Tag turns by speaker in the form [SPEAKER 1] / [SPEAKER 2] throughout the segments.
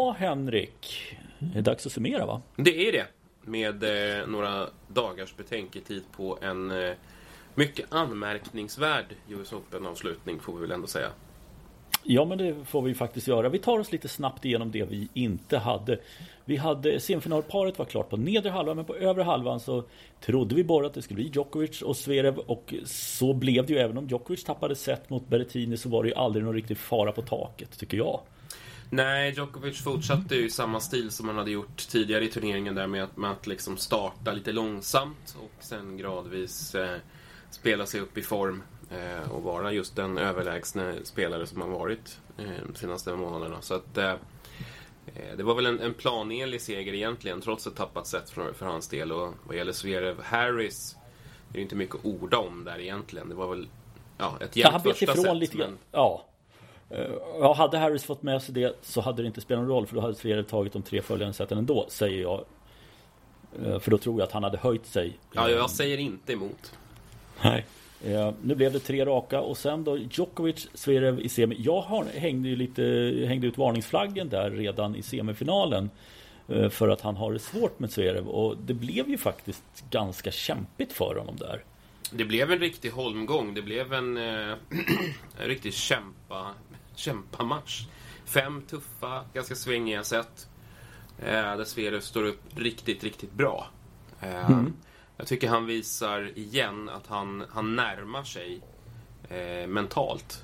[SPEAKER 1] Ja, Henrik. Det är dags att summera, va?
[SPEAKER 2] Det är det. Med några dagars betänketid på en mycket anmärkningsvärd US Open-avslutning, får vi väl ändå säga.
[SPEAKER 1] Ja, men det får vi faktiskt göra. Vi tar oss lite snabbt igenom det vi inte hade. Vi hade semifinalparet var klart på nedre halvan, men på övre halvan så trodde vi bara att det skulle bli Djokovic och Zverev, och så blev det ju. Även om Djokovic tappade set mot Berrettini så var det ju aldrig någon riktig fara på taket, tycker jag.
[SPEAKER 2] Nej, Djokovic fortsatte ju i samma stil som han hade gjort tidigare i turneringen där med att liksom starta lite långsamt och sen gradvis spela sig upp i form och vara just den överlägsna spelare som han varit de senaste månaderna. Så att det var väl en planenlig seger egentligen, trots ett tappat set för hans del. Och vad gäller Zverev Harris, det är inte mycket att orda om där egentligen. Det var väl ett jämnt första set. Lite men...
[SPEAKER 1] Ja, hade Harris fått med sig det så hade det inte spelat någon roll, för då hade Zverev tagit de 3 följande seten ändå, säger jag. För då tror jag att han hade höjt sig.
[SPEAKER 2] Ja, jag säger inte emot.
[SPEAKER 1] Nej. Nu blev det 3 raka och sen då Djokovic, Zverev i semi. Jag hängde ut varningsflaggen där redan i semifinalen för att han har det svårt med Zverev, och det blev ju faktiskt ganska kämpigt för honom där. Det
[SPEAKER 2] blev en riktig holmgång. Det blev en riktig kämpamatch. 5 tuffa, ganska svängiga set där Zverev står upp riktigt, riktigt bra. Jag tycker han visar igen att han närmar sig mentalt.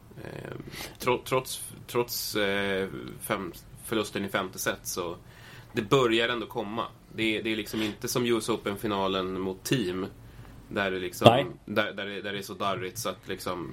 [SPEAKER 2] Trots förlusten i 5:e set, så det börjar ändå komma. Det är liksom inte som US Open-finalen mot team där det liksom där det är så darrigt så att liksom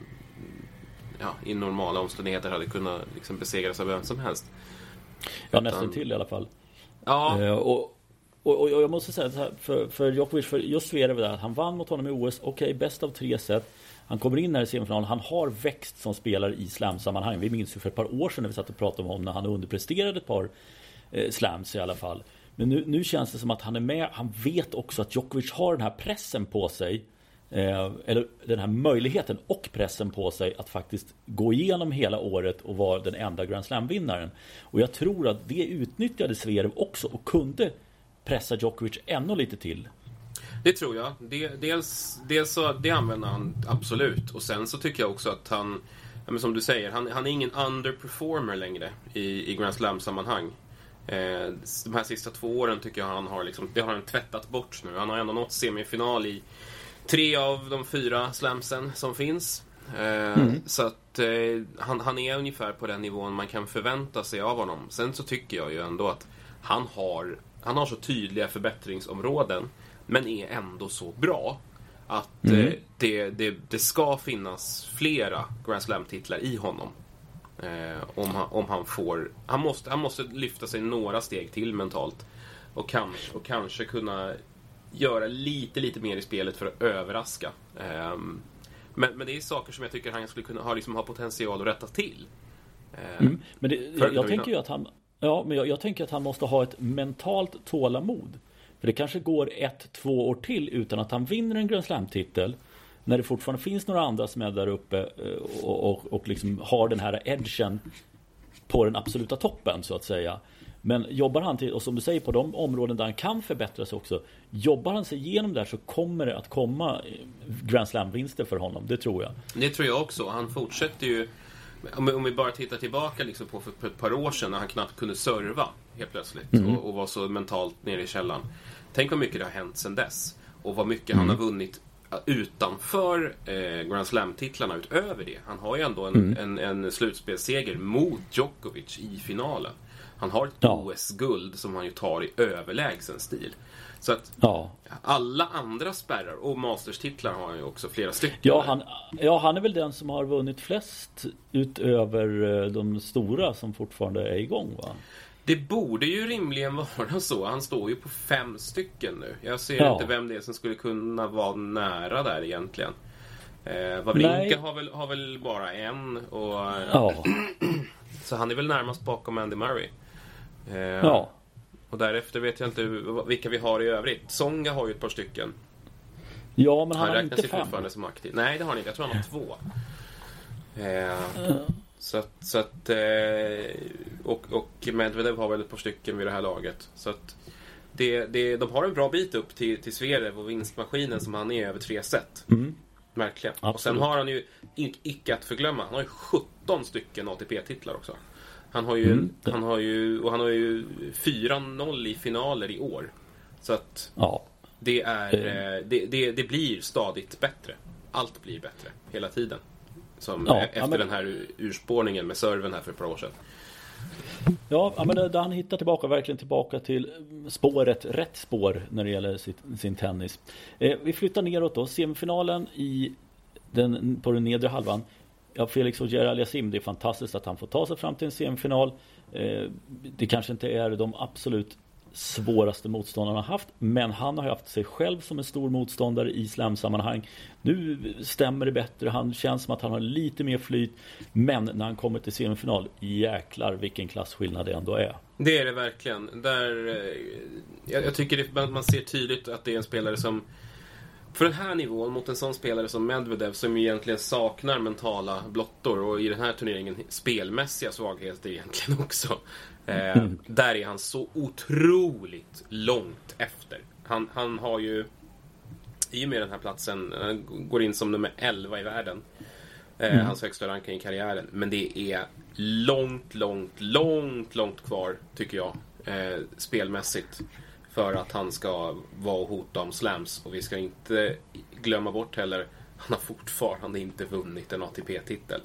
[SPEAKER 2] i normala omständigheter hade kunnat liksom besegras av vem som helst.
[SPEAKER 1] Ja, nästan till i alla fall.
[SPEAKER 2] Ja.
[SPEAKER 1] Och jag måste säga så här, för Djokovic, för just Zverev där, han vann mot honom i OS, okej, bäst av 3 set. Han kommer in här i semifinalen, han har växt som spelare i slamsammanhang. Vi minns ju för ett par år sedan när vi satt och pratade om honom när han underpresterade ett par slams i alla fall. Men nu känns det som att han är med. Han vet också att Djokovic har den här pressen på sig, eller den här möjligheten och pressen på sig att faktiskt gå igenom hela året och vara den enda Grand Slam-vinnaren. Och jag tror att det utnyttjade Zverev också och kunde pressa Djokovic ännu lite till.
[SPEAKER 2] Det tror jag. Dels så det använder han absolut. Och sen så tycker jag också att han, som du säger, han är ingen underperformer längre i Grand Slam-sammanhang. De här sista 2 åren tycker jag det har han tvättat bort nu. Han har ändå nått semifinal i 3 av de 4 slamsen som finns. Så att han är ungefär på den nivån man kan förvänta sig av honom. Sen så tycker jag ju ändå att han har så tydliga förbättringsområden, men är ändå så bra att det ska finnas flera Grand Slam-titlar i honom. Om han får... Han måste lyfta sig några steg till mentalt och kanske kunna göra lite mer i spelet för att överraska. Men det är saker som jag tycker han skulle kunna ha potential att rätta till.
[SPEAKER 1] Men jag tänker ju att han... Ja, men jag tänker att han måste ha ett mentalt tålamod. För det kanske går 1-2 år till utan att han vinner en Grand Slam-titel, när det fortfarande finns några andra som är där uppe och liksom har den här edgen på den absoluta toppen, så att säga. Men jobbar han till, och som du säger, på de områden där han kan förbättra sig också, jobbar han sig igenom där, så kommer det att komma Grand Slam-vinster för honom, det tror jag.
[SPEAKER 2] Det tror jag också. Han fortsätter ju, om vi bara tittar tillbaka liksom på för ett par år sedan när han knappt kunde serva helt plötsligt och var så mentalt nere i källan. Tänk vad mycket det har hänt sedan dess och vad mycket han har vunnit utanför Grand Slam-titlarna utöver det. Han har ju ändå en slutspelseger mot Djokovic i finalen. Han har ett OS-guld som han ju tar i överlägsen stil. Så att alla andra spärrar och Masters-titlar har han ju också flera stycken.
[SPEAKER 1] Han är väl den som har vunnit flest utöver de stora som fortfarande är igång, va?
[SPEAKER 2] Det borde ju rimligen vara så. Han står ju på 5 stycken nu. Jag ser inte vem det är som skulle kunna vara nära där egentligen. Wawrinka har väl bara en. Så han är väl närmast bakom Andy Murray. Och därefter vet jag inte vilka vi har i övrigt. Tsonga har ju ett par stycken.
[SPEAKER 1] Ja, men han
[SPEAKER 2] räknas
[SPEAKER 1] har inte
[SPEAKER 2] ju
[SPEAKER 1] 5.
[SPEAKER 2] fortfarande som aktiv. Nej, det har han inte. Jag tror han har 2. Och Medvedev har väl ett par stycken vid det här laget. Så att de har en bra bit upp till Zverev och vinstmaskinen som han är över 3 set. Verkligen. Absolut. Och sen har han ju, icke att förglömma, han har ju 17 stycken ATP-titlar också. Han har ju 4-0 i finaler i år. Så att det blir stadigt bättre. Allt blir bättre hela tiden. Efter den här urspårningen med serven här för ett par år sedan.
[SPEAKER 1] Ja, men där han hittar verkligen tillbaka till rätt spår när det gäller sin tennis. Vi flyttar neråt då. Semifinalen på den nedre halvan. Ja, Felix Auger-Aliassime, det är fantastiskt att han får ta sig fram till en semifinal. Det kanske inte är de absolut svåraste motståndarna har haft, men han har haft sig själv som en stor motståndare i slamsammanhang. Nu stämmer det bättre, han känns som att han har lite mer flyt, men när han kommer till semifinal, jäklar vilken klassskillnad det ändå är.
[SPEAKER 2] Det är det verkligen. Jag tycker man ser tydligt att det är en spelare som för den här nivån mot en sån spelare som Medvedev som egentligen saknar mentala blottor och i den här turneringen spelmässiga svagheter egentligen också. Där är han så otroligt långt efter. Han har ju i och med den här platsen går in som nummer 11 i världen. Hans högsta ranking i karriären. Men det är långt kvar tycker jag spelmässigt för att han ska vara och hota om slams. Och vi ska inte glömma bort heller, han har fortfarande inte vunnit en ATP-titel.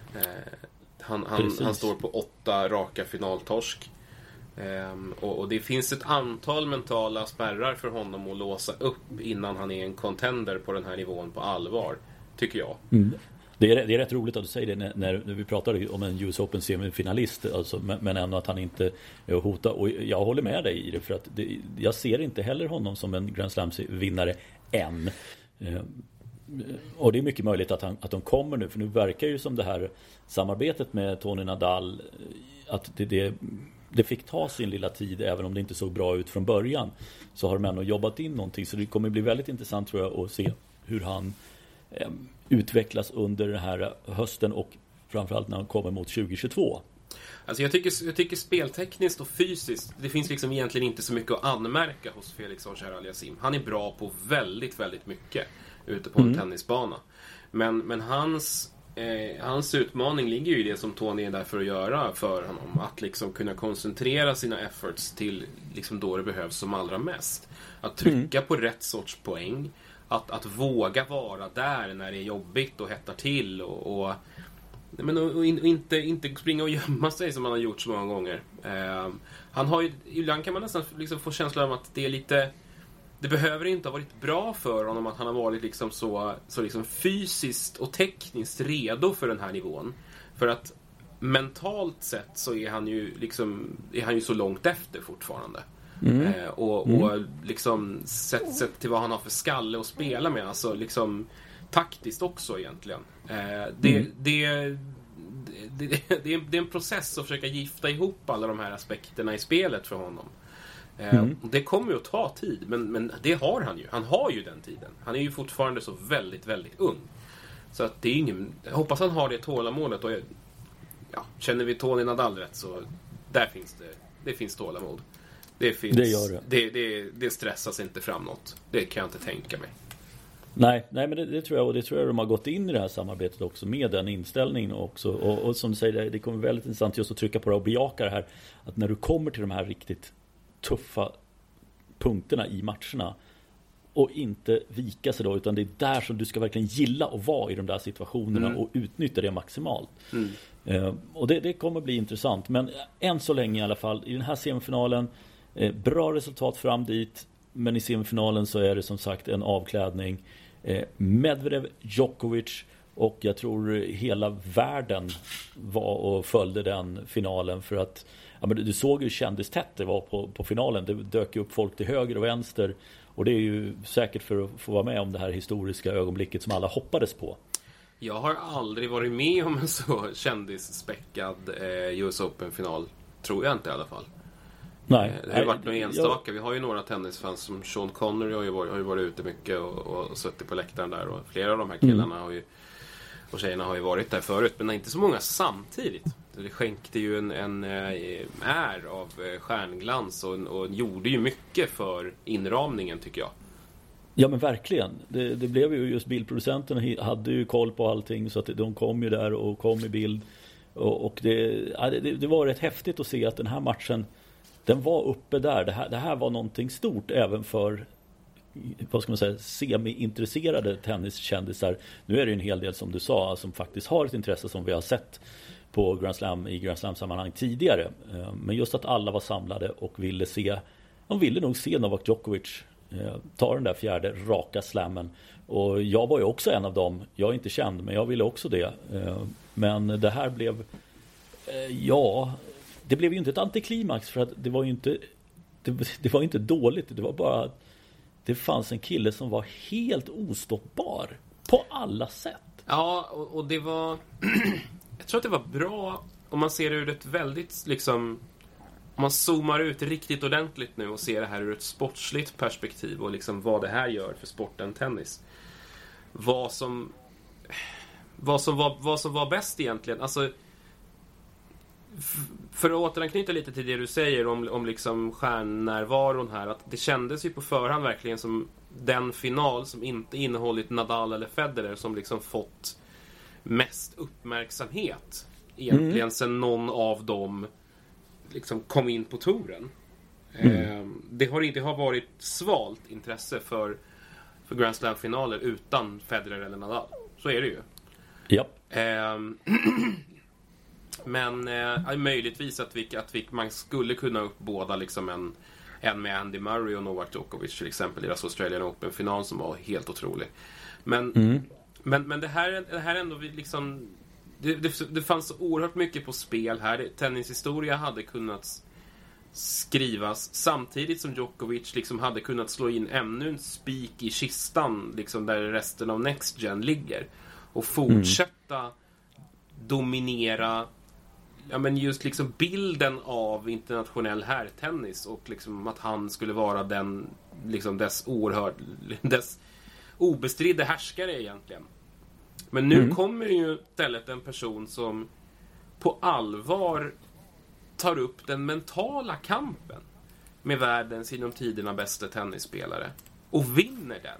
[SPEAKER 2] Han står på 8 raka finaltorsk. Och det finns ett antal mentala spärrar för honom att låsa upp innan han är en contender på den här nivån på allvar, tycker jag.
[SPEAKER 1] Det är rätt roligt att du säger det när vi pratar om en US Open semifinalist, alltså, men ändå att han inte hotar. Och jag håller med dig i det, för att jag ser inte heller honom som en Grand Slam-vinnare än. Och det är mycket möjligt att de kommer nu, för nu verkar ju som det här samarbetet med Tony Nadal, att det fick ta sin lilla tid, även om det inte såg bra ut från början, så har de ändå jobbat in någonting. Så det kommer bli väldigt intressant, tror jag, att se hur han utvecklas under den här hösten och framförallt när han kommer mot 2022.
[SPEAKER 2] Alltså jag tycker speltekniskt och fysiskt, det finns liksom egentligen inte så mycket att anmärka hos Felix Auger-Aliassime. Han är bra på väldigt, väldigt mycket ute på en tennisbana. Men hans utmaning ligger ju i det som Tony är där för att göra för honom. Att liksom kunna koncentrera sina efforts till liksom då det behövs som allra mest. Att trycka på rätt sorts poäng. Att våga vara där när det är jobbigt och hettar till. Och inte springa och gömma sig som han har gjort så många gånger. Han har ju, ibland kan man nästan liksom få känslan av att det är lite... Det behöver inte ha varit bra för honom att han har varit liksom så liksom fysiskt och tekniskt redo för den här nivån. För att mentalt sett så är han ju så långt efter fortfarande. Och liksom sett till vad han har för skalle att spela med, alltså liksom taktiskt också egentligen. Det är en process att försöka gifta ihop alla de här aspekterna i spelet för honom. Det kommer ju att ta tid, men det har han ju. Han har ju den tiden. Han är ju fortfarande så väldigt, väldigt ung. Så att det är ingen... Jag hoppas han har det tålamodet. Och känner vi Tony Nadal rätt, så där finns det finns tålamod. Det gör det. Det stressas inte fram något. Det kan jag inte tänka mig.
[SPEAKER 1] Nej, men det tror jag, och det tror jag de har gått in i det här samarbetet också med den inställningen också. Och som du säger, det kommer väldigt intressant just att trycka på det och bejaka det här, att när du kommer till de här riktigt tuffa punkterna i matcherna och inte vika sig då, utan det är där som du ska verkligen gilla att vara i de där situationerna och utnyttja det maximalt. Och det kommer bli intressant, men än så länge i alla fall i den här semifinalen, bra resultat fram dit, men i semifinalen så är det som sagt en avklädning. Medvedev, Djokovic, och jag tror hela världen var och följde den finalen, för att men du såg ju kändistätt det var på finalen. Det dök upp folk till höger och vänster, och det är ju säkert för att få vara med om det här historiska ögonblicket som alla hoppades på.
[SPEAKER 2] Jag har aldrig varit med om en så kändisspäckad US Open-final, tror jag inte i alla fall.
[SPEAKER 1] Nej,
[SPEAKER 2] det har varit några enstaka. Vi har ju några tennisfans som Sean Connery har ju varit ute mycket och suttit på läktaren där, och flera av de här killarna har ju och tjejerna har ju varit där förut, men inte så många samtidigt. Det skänkte ju en är av stjärnglans och gjorde ju mycket för inramningen, tycker jag.
[SPEAKER 1] Ja, men verkligen. Det blev ju just bildproducenterna hade ju koll på allting, så att de kom ju där och kom i bild. Och det var rätt häftigt att se att den här matchen, den var uppe där. Det här var någonting stort även för, vad ska man säga, semi-intresserade tenniskändisar. Nu är det ju en hel del, som du sa, som faktiskt har ett intresse som vi har sett på Grand Slam i Grand Slam-sammanhang tidigare. Men just att alla var samlade och de ville nog se Novak Djokovic ta den där 4:e raka slammen. Och jag var ju också en av dem. Jag är inte känd, men jag ville också det. Men det här blev det blev ju inte ett antiklimax, för att det var ju inte dåligt. Det var bara att det fanns en kille som var helt ostoppbar på alla sätt.
[SPEAKER 2] Ja, och det var jag tror att det var bra om man ser det ur ett väldigt liksom, om man zoomar ut riktigt ordentligt nu och ser det här ur ett sportsligt perspektiv och liksom vad det här gör för sporten tennis. Vad som var bäst egentligen. Alltså, för att återanknyta lite till det du säger om liksom stjärnnärvaron här, att det kändes ju på förhand verkligen som den final som inte innehållit Nadal eller Federer som liksom fått mest uppmärksamhet egentligen sen någon av dem liksom kom in på touren. Det har varit svalt intresse för Grand Slam-finaler utan Federer eller Nadal. Så är det ju.
[SPEAKER 1] Ja.
[SPEAKER 2] Men möjligtvis att man skulle kunna uppbåda liksom en med Andy Murray och Novak Djokovic till exempel i deras Australian Open-final som var helt otrolig. Men det här ändå liksom det fanns så oerhört mycket på spel här. Tennishistoria hade kunnat skrivas samtidigt som Djokovic liksom hade kunnat slå in ännu en spik i kistan liksom där resten av Next Gen ligger och fortsätta dominera, ja, men just liksom bilden av internationell herrtennis och liksom att han skulle vara den liksom dess obestridda härskare egentligen. Men nu kommer ju istället en person som på allvar tar upp den mentala kampen med världens inom tiderna bästa tennisspelare och vinner den.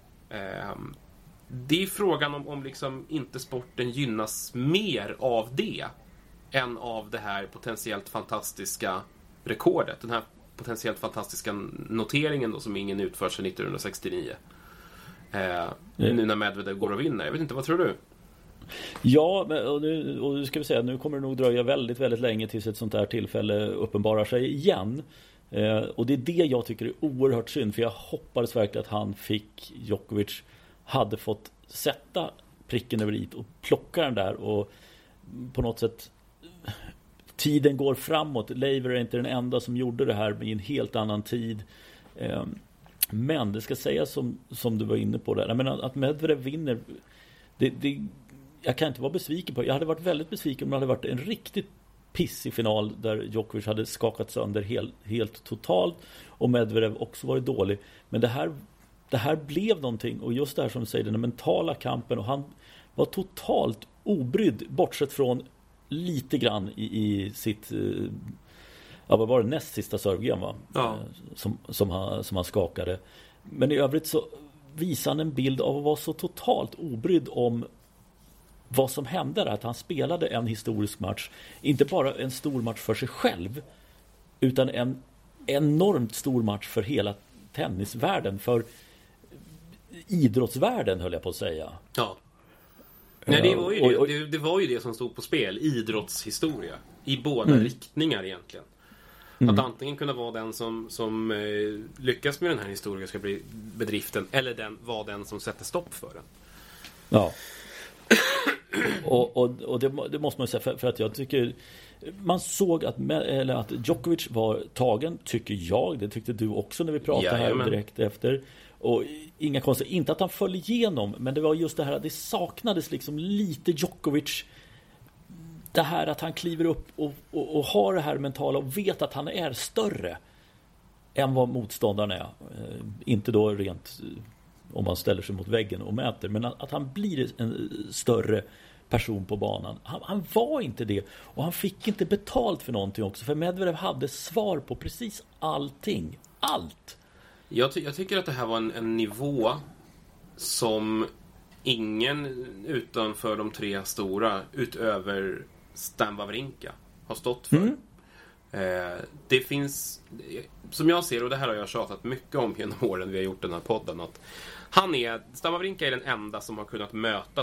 [SPEAKER 2] Det är frågan om liksom inte sporten gynnas mer av det än av det här potentiellt fantastiska rekordet. Den här potentiellt fantastiska noteringen då, som ingen utfört sedan 1969. Nu när Medvedev går och vinner. Jag vet inte, vad tror du?
[SPEAKER 1] Ja, och nu ska vi säga, nu kommer det nog dröja väldigt, väldigt länge tills ett sånt här tillfälle uppenbarar sig igen. Och det är det jag tycker är oerhört synd, för jag hoppades verkligen att Djokovic hade fått sätta pricken över i och plocka den där, och på något sätt tiden går framåt. Laver är inte den enda som gjorde det här i en helt annan tid. Men det ska sägas som du var inne på där. Jag menar, att Medvedev vinner, jag kan inte vara besviken på. Jag hade varit väldigt besviken om det hade varit en riktigt pissig final där Djokovic hade skakat sönder helt totalt och Medvedev också varit dålig. Men det här blev någonting, och just det här som du säger, den mentala kampen, och han var totalt obrydd, bortsett från lite grann i sitt vad var det, näst sista servegame, va?
[SPEAKER 2] Ja.
[SPEAKER 1] Som han skakade. Men i övrigt så visar han en bild av att vara så totalt obrydd om vad som hände där, att han spelade en historisk match, inte bara en stor match för sig själv, utan en enormt stor match för hela tennisvärlden, för idrottsvärlden, höll jag på att säga.
[SPEAKER 2] Ja. Nej, det var ju det som stod på spel, idrottshistoria i båda riktningar egentligen. Att antingen kunna vara den som lyckas med den här historiska bedriften, eller var den som sätter stopp för den.
[SPEAKER 1] Ja. Och det måste man säga, för att jag tycker man såg att Djokovic var tagen, tycker jag. Det tyckte du också när vi pratade här direkt efter. Och inga konstigt, inte att han föll igenom, men det var just det här att det saknades liksom lite Djokovic. Det här att han kliver upp och har det här mentala och vet att han är större än vad motståndaren är. Inte då rent om man ställer sig mot väggen och mäter. Men att han blir en större person på banan. Han var inte det. Och han fick inte betalt för någonting också. För Medvedev hade svar på precis allting. Allt.
[SPEAKER 2] Jag tycker att det här var en nivå som ingen utanför de tre stora utöver Stan Wawrinka har stått för. Det finns, som jag ser, och det här har jag tjatat mycket om genom åren vi har gjort den här podden, att Stan Wawrinka är den enda som har kunnat möta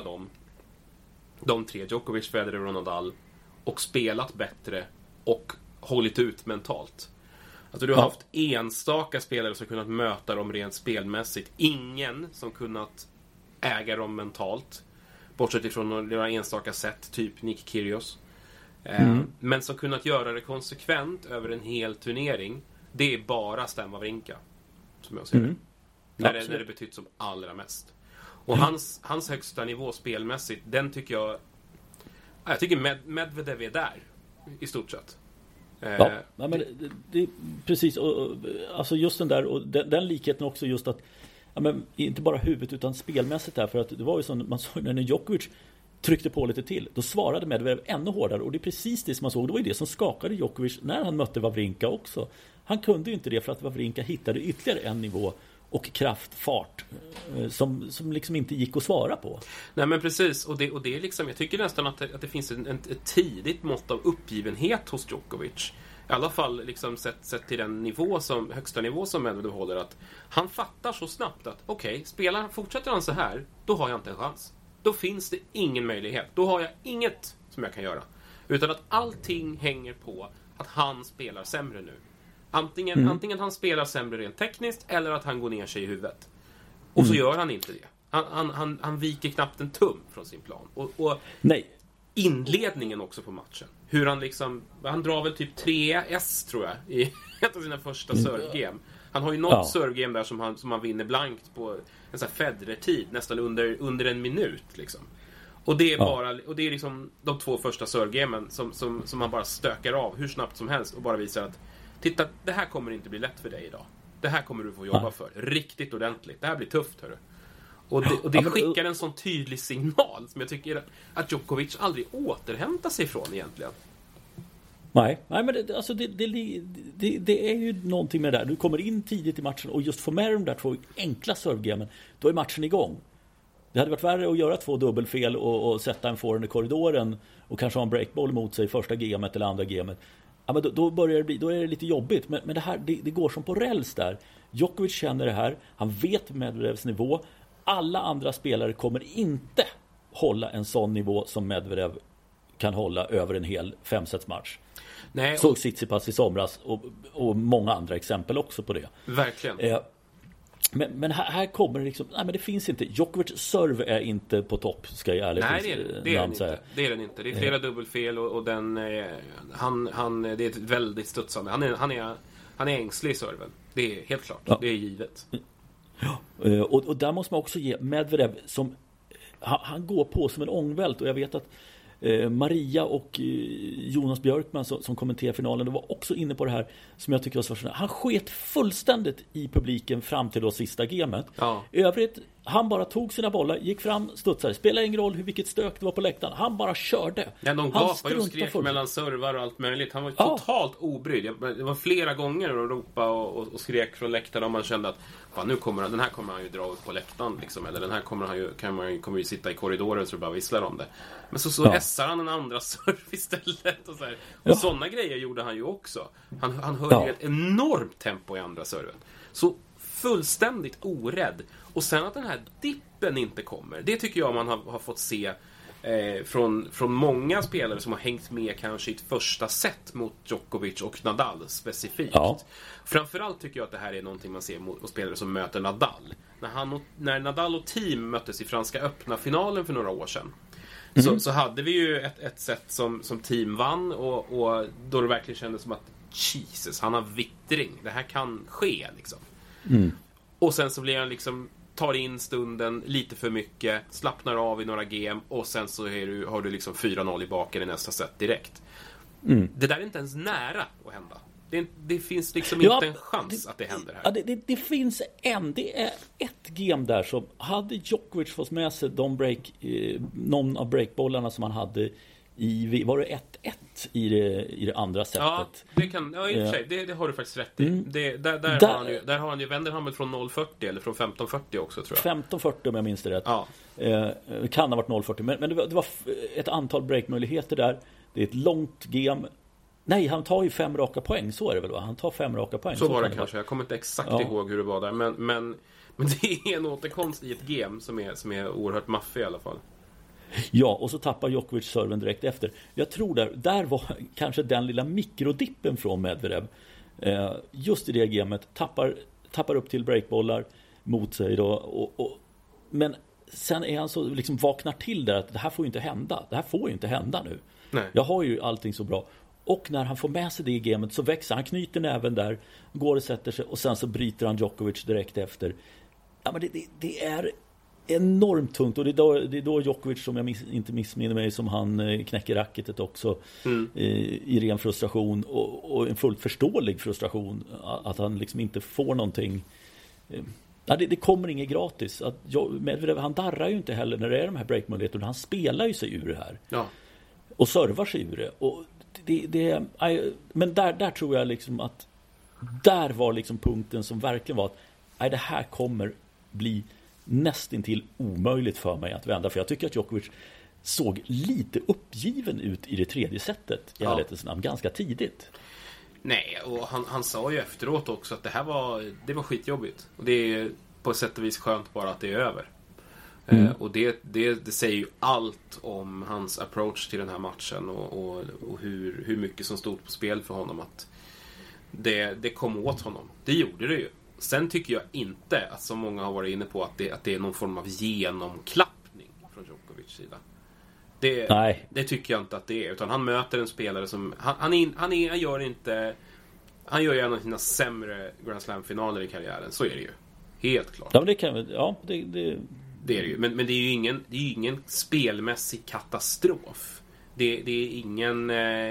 [SPEAKER 2] de tre, Djokovic, Federer och Nadal, och spelat bättre och hållit ut mentalt. Alltså du har haft enstaka spelare som kunnat möta dem rent spelmässigt. Ingen som kunnat äga dem mentalt. Bortsett ifrån några enstaka sätt, typ Nick Kyrgios. Men som kunnat göra det konsekvent över en hel turnering. Det är bara Stan Wawrinka, som jag ser det. När det betytt som allra mest. Och hans högsta nivå spelmässigt, den tycker jag tycker Medvedev är där i stort sett.
[SPEAKER 1] Ja, men det precis, och alltså just den där, och den likheten också, just att men inte bara huvudet utan spelmässigt där, för att det var ju som man såg när Djokovic tryckte på lite till, då svarade Medvedev ännu hårdare, och det är precis det som man såg. Det var ju det som skakade Djokovic när han mötte Wawrinka också. Han kunde ju inte det för att Wawrinka hittade ytterligare en nivå och kraftfart som liksom inte gick att svara på. Nej, men precis, och det är liksom, jag tycker nästan att det finns ett tidigt mått av uppgivenhet hos Djokovic. I alla fall liksom sett till den högsta nivå som Medvedev håller, att han fattar så snabbt att fortsätter han så här, då har jag inte en chans. Då finns det ingen möjlighet. Då har jag inget som jag kan göra. Utan att allting hänger på att han spelar sämre nu. Antingen han spelar sämre rent tekniskt, eller att han går ner sig i huvudet. Och så gör han inte det. Han viker knappt en tum från sin plan. Och nej.
[SPEAKER 2] Inledningen också på matchen. Hur han drar väl typ 3S, tror jag, i ett av sina första servegame. Han har ju något servegame där som han vinner blankt på en sån här Federer-tid, nästan under en minut liksom. Och det är och det är liksom de två första servegamen som han bara stökar av hur snabbt som helst och bara visar att titta, det här kommer inte bli lätt för dig idag. Det här kommer du få jobba för riktigt ordentligt. Det här blir tufft, hörru. Och det skickar en sån tydlig signal som jag tycker att Djokovic aldrig återhämtar sig från egentligen. Nej, men det är ju någonting med det där. Du kommer in tidigt i matchen och just får med de där två enkla servegamen, då är matchen igång. Det hade varit värre att göra 2 dubbelfel och sätta en forehand i korridoren och kanske ha en breakball mot sig första gamet eller andra gamet. Ja, men då börjar det bli, då är det lite jobbigt. Men det här, det går som på räls där. Djokovic känner det här. Han vet Medvedevs nivå. Alla andra spelare kommer inte hålla en sån nivå som Medvedev kan hålla över en hel 5-setsmatch. Nej, såg Tsitsipas i somras och många andra exempel också på det. Verkligen.
[SPEAKER 1] Men här kommer det liksom, nej, men det finns inte. Djokovic serve är inte på topp, ska jag ärligt säga.
[SPEAKER 2] Det är den inte. Det är flera dubbelfel och den han det är ett väldigt studsande. Han är ängslig i serven. Det är helt klart. Ja. Det är givet.
[SPEAKER 1] Ja. Och där måste man också ge Medvedev, som han går på som en ångvält, och jag vet att Maria och Jonas Björkman som kommenterar finalen, var också inne på det här som jag tycker var så fascinerande. Han sket fullständigt i publiken fram till då sista gamet. I övrigt, han bara tog sina bollar, gick fram, studsade. Spelade ingen roll vilket stök det var på läktaren. Han bara körde.
[SPEAKER 2] Ja, de gapade och skrek mellan servar och allt möjligt. Han var totalt obrydd. Det var flera gånger de ropade och skrek från läktaren, och man kände att den här kommer han ju dra upp på läktaren liksom, eller den här kommer ju sitta i korridoren så det bara visslar om det. Men så ässar han en andra serv istället och så här. Och sådana grejer gjorde han ju också. Han höll ju ett enormt tempo i andra serven. Så fullständigt orädd. Och sen att den här dippen inte kommer, det tycker jag man har fått se från många spelare som har hängt med kanske i ett första set mot Djokovic och Nadal specifikt. Framförallt tycker jag att det här är någonting man ser mot spelare som möter Nadal. När Nadal och team möttes i Franska öppna finalen för några år sedan, så hade vi ju ett set som team vann, och då det verkligen kändes som att Jesus, han har vittring. Det här kan ske liksom. Och sen så blir han liksom, tar in stunden lite för mycket, slappnar av i några game, och sen så har du liksom 4-0 i baken i nästa set direkt. Det där är inte ens nära att hända. Det finns liksom inte en chans att det händer här.
[SPEAKER 1] Ja, det finns det är ett game där som hade Djokovic fått med sig någon av breakbollarna som han hade var det 1-1 i det andra sättet.
[SPEAKER 2] Ja, i och för sig, det har du faktiskt rätt i. Där har han ju vänder han väl från 0,40 eller från 15,40 också, tror jag.
[SPEAKER 1] 15,40 om jag minns det rätt.
[SPEAKER 2] Ja.
[SPEAKER 1] Kan ha varit 0,40, men det var ett antal breakmöjligheter där. Det är ett långt game. Nej, han tar ju 5 raka poäng, så är det väl, va? Han tar 5 raka poäng.
[SPEAKER 2] Så var det kanske. Jag kommer inte exakt ihåg hur det var där, men det är en återkomst i ett game som är oerhört maffig i alla fall.
[SPEAKER 1] Ja, och så tappar Djokovic serven direkt efter. Jag tror där var kanske den lilla mikrodippen från Medvedev. Just i det gamet tappar upp till breakbollar mot sig då, men sen är han så liksom vaknar till där att det här får ju inte hända. Det här får ju inte hända nu.
[SPEAKER 2] Nej.
[SPEAKER 1] Jag har ju allting så bra. Och när han får med sig det i gamet så växer han, knyter näven där, går och sätter sig och sen så bryter han Djokovic direkt efter. Ja, men det är enormt tungt, och det är då Djokovic, som jag inte missminner mig, som han knäcker racketet också i ren frustration och en fullt förståelig frustration att han liksom inte får någonting. Det kommer inget gratis. Medvedev, han darrar ju inte heller när det är de här breakmöjligheterna. Han spelar ju sig ur det här.
[SPEAKER 2] Ja.
[SPEAKER 1] Och servar sig ur det. Och men där tror jag liksom att där var liksom punkten som verkligen var att det här kommer bli nästintill omöjligt för mig att vända. För jag tycker att Djokovic såg lite uppgiven ut i det tredje setet i ärlighetens namn ganska tidigt.
[SPEAKER 2] Nej, och han sa ju efteråt också att det var skitjobbigt. Och det är på sätt och vis skönt bara att det är över. Och det säger ju allt om hans approach till den här matchen och hur mycket som stod på spel för honom, att det kom åt honom. Det gjorde det ju. Sen tycker jag inte att, som många har varit inne på, att det är någon form av genomklappning från Djokovic sida. Det tycker jag inte att det är, utan han möter en spelare som han gör en av sina sämre Grand Slam-finaler i karriären. Så är det ju. Helt klart.
[SPEAKER 1] Ja, det kan
[SPEAKER 2] det är det ju. Men det är ju ingen spelmässig katastrof. Det är ingen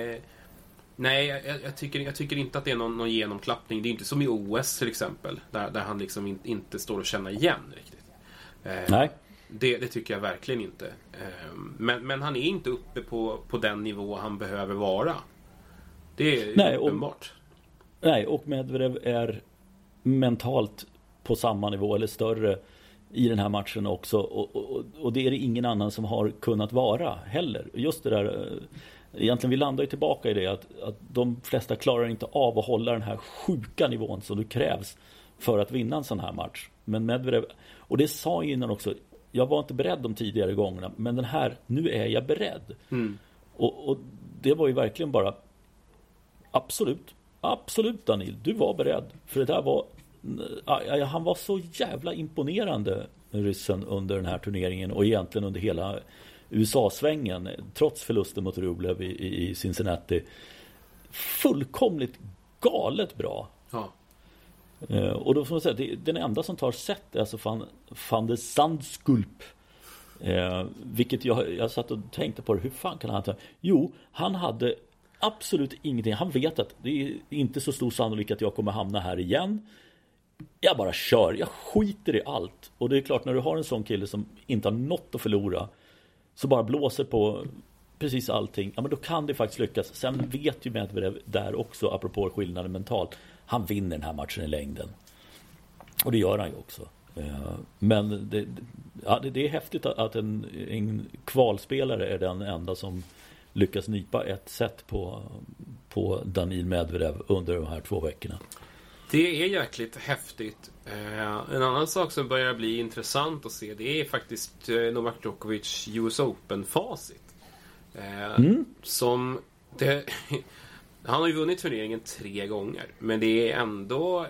[SPEAKER 2] nej, jag tycker inte att det är någon genomklappning. Det är inte som i OS till exempel, där han liksom inte står och känner igen riktigt.
[SPEAKER 1] Nej.
[SPEAKER 2] Det tycker jag verkligen inte. Men han är inte uppe på den nivå han behöver vara. Det är uppenbart.
[SPEAKER 1] Och Medvedev är mentalt på samma nivå eller större i den här matchen också. Och det är det ingen annan som har kunnat vara heller. Just det där, egentligen vi landar ju tillbaka i det att de flesta klarar inte av att hålla den här sjuka nivån som det krävs för att vinna en sån här match. Men Medvedev, och det sa jag innan också, jag var inte beredd de tidigare gångerna, men den här, nu är jag beredd. Och det var ju verkligen bara absolut Daniel, du var beredd. För det där var han var så jävla imponerande, ryssen, under den här turneringen och egentligen under hela USA-svängen, trots förlusten mot Rublev i Cincinnati. Fullkomligt galet bra.
[SPEAKER 2] Ja.
[SPEAKER 1] Och då får man säga, den enda som tar set är alltså van de Zandskulp. Vilket jag satt och tänkte på, hur fan kan han ta? Jo, han hade absolut ingenting. Han vet att det är inte så stor sannolikhet att jag kommer hamna här igen. Jag bara kör, jag skiter i allt. Och det är klart, när du har en sån kille som inte har något att förlora, så bara blåser på precis allting, ja men då kan det faktiskt lyckas. Sen vet ju Medvedev där också, apropå skillnaden mentalt, han vinner den här matchen i längden. Och det gör han ju också. Men det är häftigt att en kvalspelare är den enda som lyckas nypa ett set på Daniil Medvedev under de här 2 veckorna.
[SPEAKER 2] Det är jäkligt häftigt. En annan sak som börjar bli intressant att se, det är faktiskt Novak Djokovic US Open-facit. Han har ju vunnit turneringen 3 gånger, men det är ändå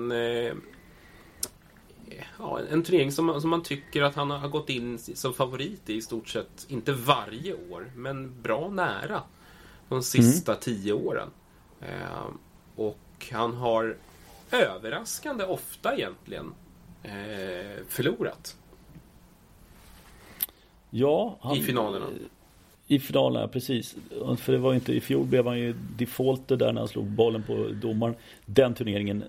[SPEAKER 2] en turnering som man tycker att han har gått in som favorit i stort sett, inte varje år, men bra nära de sista 10 åren. Och han har överraskande ofta egentligen förlorat.
[SPEAKER 1] Ja,
[SPEAKER 2] i finalerna.
[SPEAKER 1] I finalen, precis. För det var inte, i fjol blev han ju defaulter där när han slog bollen på domaren. Den turneringen,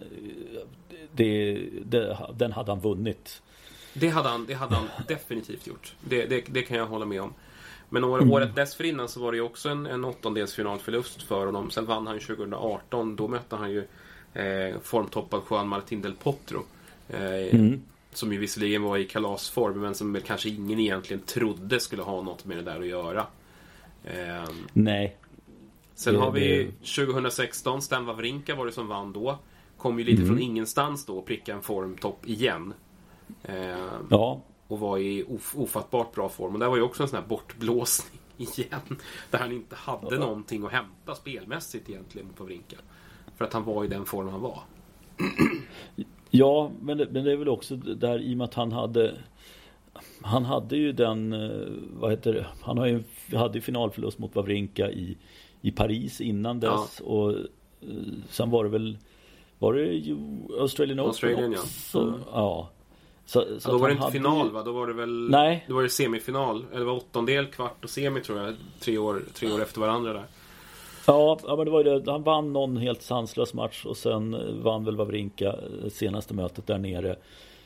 [SPEAKER 1] den hade han vunnit.
[SPEAKER 2] Det hade han definitivt gjort. Det kan jag hålla med om. Men året dessförinnan så var det ju också en åttondelsfinalförlust för honom. Sen vann han 2018. Då mötte han ju formtoppad Juan Martín del Potro. Som ju visserligen var i kalasform, men som kanske ingen egentligen trodde skulle ha något med det där att göra.
[SPEAKER 1] Nej.
[SPEAKER 2] Sen har vi 2016, Stan Wawrinka var det som vann då. Kom ju lite från ingenstans då och pricka en formtopp igen.
[SPEAKER 1] Ja.
[SPEAKER 2] Och var i ofattbart bra form. Och där var ju också en sån här bortblåsning igen. Där han inte hade någonting att hämta spelmässigt egentligen mot Wawrinka. För att han var i den form han var.
[SPEAKER 1] Ja, men det är väl också där i och med att han hade ju den, vad heter det? Han hade ju finalförlust mot Wawrinka i Paris innan dess. Ja. Och sen var det ju Australian Open också. Ja. Så
[SPEAKER 2] då var det inte final, va? Då var det väl...
[SPEAKER 1] Nej.
[SPEAKER 2] Då var det semifinal. Eller var åttondel, kvart och semi, tror jag. Tre år efter varandra där.
[SPEAKER 1] Ja, men det var ju det. Han vann någon helt sanslös match. Och sen vann väl Wawrinka senaste mötet där nere.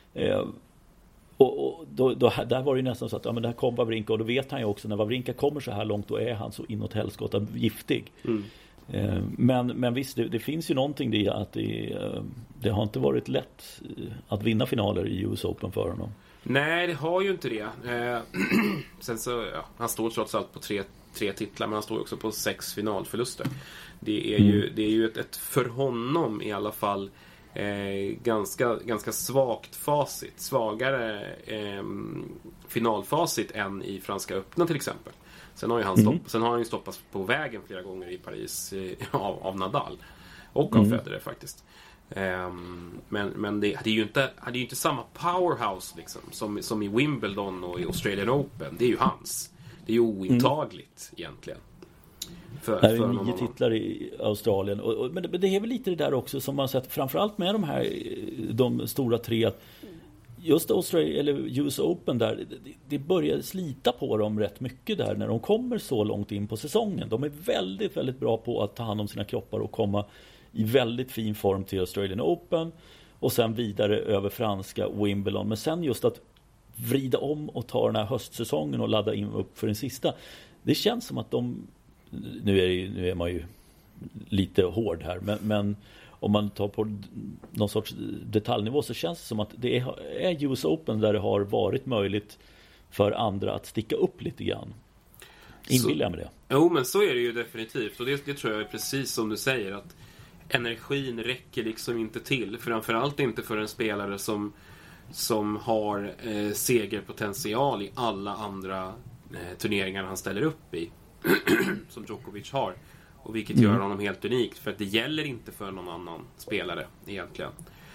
[SPEAKER 1] Och då, där var det ju nästan så att men där kom Wawrinka. Och då vet han ju också, när Wawrinka kommer så här långt, då är han så inåt helskotta giftig. Men visst, det finns ju någonting i att det har inte varit lätt att vinna finaler i US Open för honom. Nej, det har ju inte det.
[SPEAKER 2] Sen så, han står trots allt på tre titlar, men han står också på 6 finalförluster. Det är ju ett för honom i alla fall ganska svagt facit. Svagare finalfacit än i Franska öppna till exempel. Sen har han ju stoppats på vägen flera gånger i Paris av Nadal och av Federer faktiskt. Men det är ju inte samma powerhouse liksom, som i Wimbledon och i Australian Open. Det är ju hans. Det är ju ointagligt egentligen.
[SPEAKER 1] Det är ju 9 titlar i Australien. Men det är väl lite det där också som man sett, framförallt med de stora 3. Just Australian eller US Open där, det börjar slita på dem rätt mycket där när de kommer så långt in på säsongen. De är väldigt, väldigt bra på att ta hand om sina kroppar och komma i väldigt fin form till Australian Open och sen vidare över franska Wimbledon. Men sen just att vrida om och ta den här höstsäsongen och ladda in upp för den sista. Det känns som att nu är man ju lite hård här, men om man tar på någon sorts detaljnivå så känns det som att det är US Open där det har varit möjligt för andra att sticka upp lite grann. Inbillar jag med det?
[SPEAKER 2] Jo, men så är det ju definitivt. Och det tror jag är precis som du säger, att energin räcker liksom inte till. Framförallt inte för en spelare som har segerpotential i alla andra turneringar han ställer upp i. Som Djokovic har. Och vilket gör honom helt unikt. För att det gäller inte för någon annan spelare egentligen.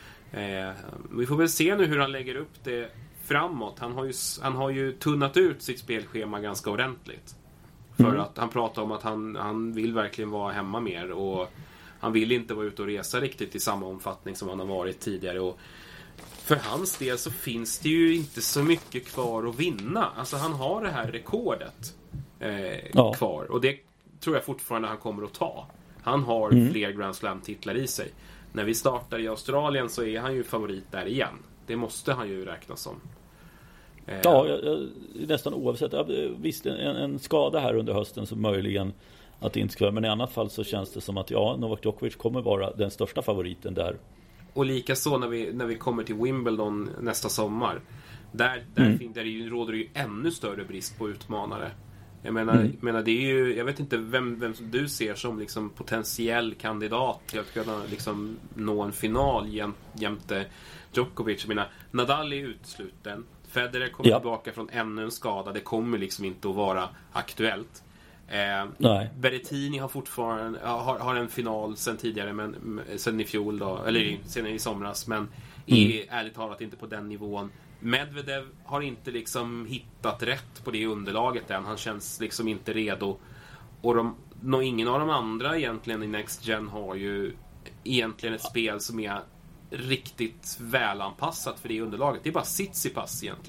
[SPEAKER 2] Vi får väl se nu hur han lägger upp det framåt. Han har ju tunnat ut sitt spelschema ganska ordentligt. För att han pratar om att han vill verkligen vara hemma mer. Och han vill inte vara ute och resa riktigt i samma omfattning som han har varit tidigare. Och för hans del så finns det ju inte så mycket kvar att vinna. Alltså han har det här rekordet kvar. Och det tror jag fortfarande han kommer att ta. Han har fler Grand Slam-titlar i sig. När vi startar i Australien så är han ju favorit där igen. Det måste han ju räknas som.
[SPEAKER 1] Ja, nästan oavsett. Visst, en skada här under hösten så möjligen att det inte ska vara. Men i annat fall så känns det som att Novak Djokovic kommer vara den största favoriten där. Och
[SPEAKER 2] likaså när vi kommer till Wimbledon nästa sommar. Där råder det ju ännu större brist på utmanare. Jag menar det är ju, jag vet inte vem som du ser som liksom potentiell kandidat till att kunna liksom nå en final jämte Djokovic. Jag menar, Nadal är utesluten. Federer kommer tillbaka från ännu en skada. Det kommer liksom inte att vara aktuellt. Berrettini har fortfarande har en final sen tidigare, men sen i fjol då, eller sen i somras, men är ärligt talat inte på den nivån. Medvedev har inte liksom hittat rätt på det underlaget än. Han känns liksom inte redo. Och ingen av de andra egentligen i Next Gen har ju egentligen ett spel som är riktigt välanpassat för det underlaget. Det är bara Tsitsipas egentligen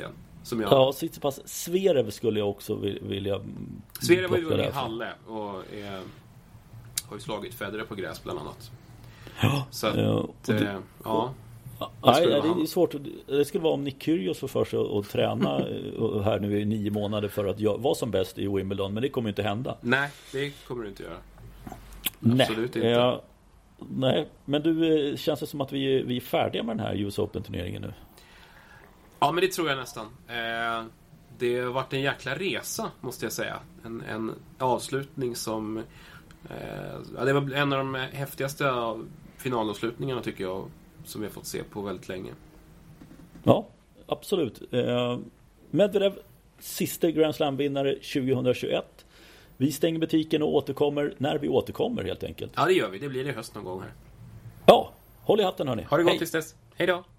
[SPEAKER 2] som jag...
[SPEAKER 1] Ja, Tsitsipas. Zverev skulle jag också vilja...
[SPEAKER 2] Zverev var ju vunnit i Halle och har ju slagit Federer på gräs bland annat.
[SPEAKER 1] Ja,
[SPEAKER 2] så att, ja.
[SPEAKER 1] Nej, det är svårt. Det skulle vara om Nick Kyrgios får för sig att träna här nu i 9 månader för att vara som bäst i Wimbledon, men det kommer ju inte hända.
[SPEAKER 2] Nej, det kommer du inte göra.
[SPEAKER 1] Absolut inte. Nej, men du, känns det som att vi är färdiga med den här US Open-turneringen nu?
[SPEAKER 2] Ja, men det tror jag nästan. Det har varit en jäkla resa, måste jag säga. En avslutning som... det var en av de häftigaste finalavslutningarna, tycker jag, som vi har fått se på väldigt länge.
[SPEAKER 1] Ja, absolut. Medvedev, sista Grand Slam-vinnare 2021. Vi stänger butiken och återkommer när vi återkommer, helt enkelt.
[SPEAKER 2] Ja, det gör vi. Det blir det höst någon gång här.
[SPEAKER 1] Ja, håll i hatten, hörni.
[SPEAKER 2] Ha det gott tills dess. Hej då!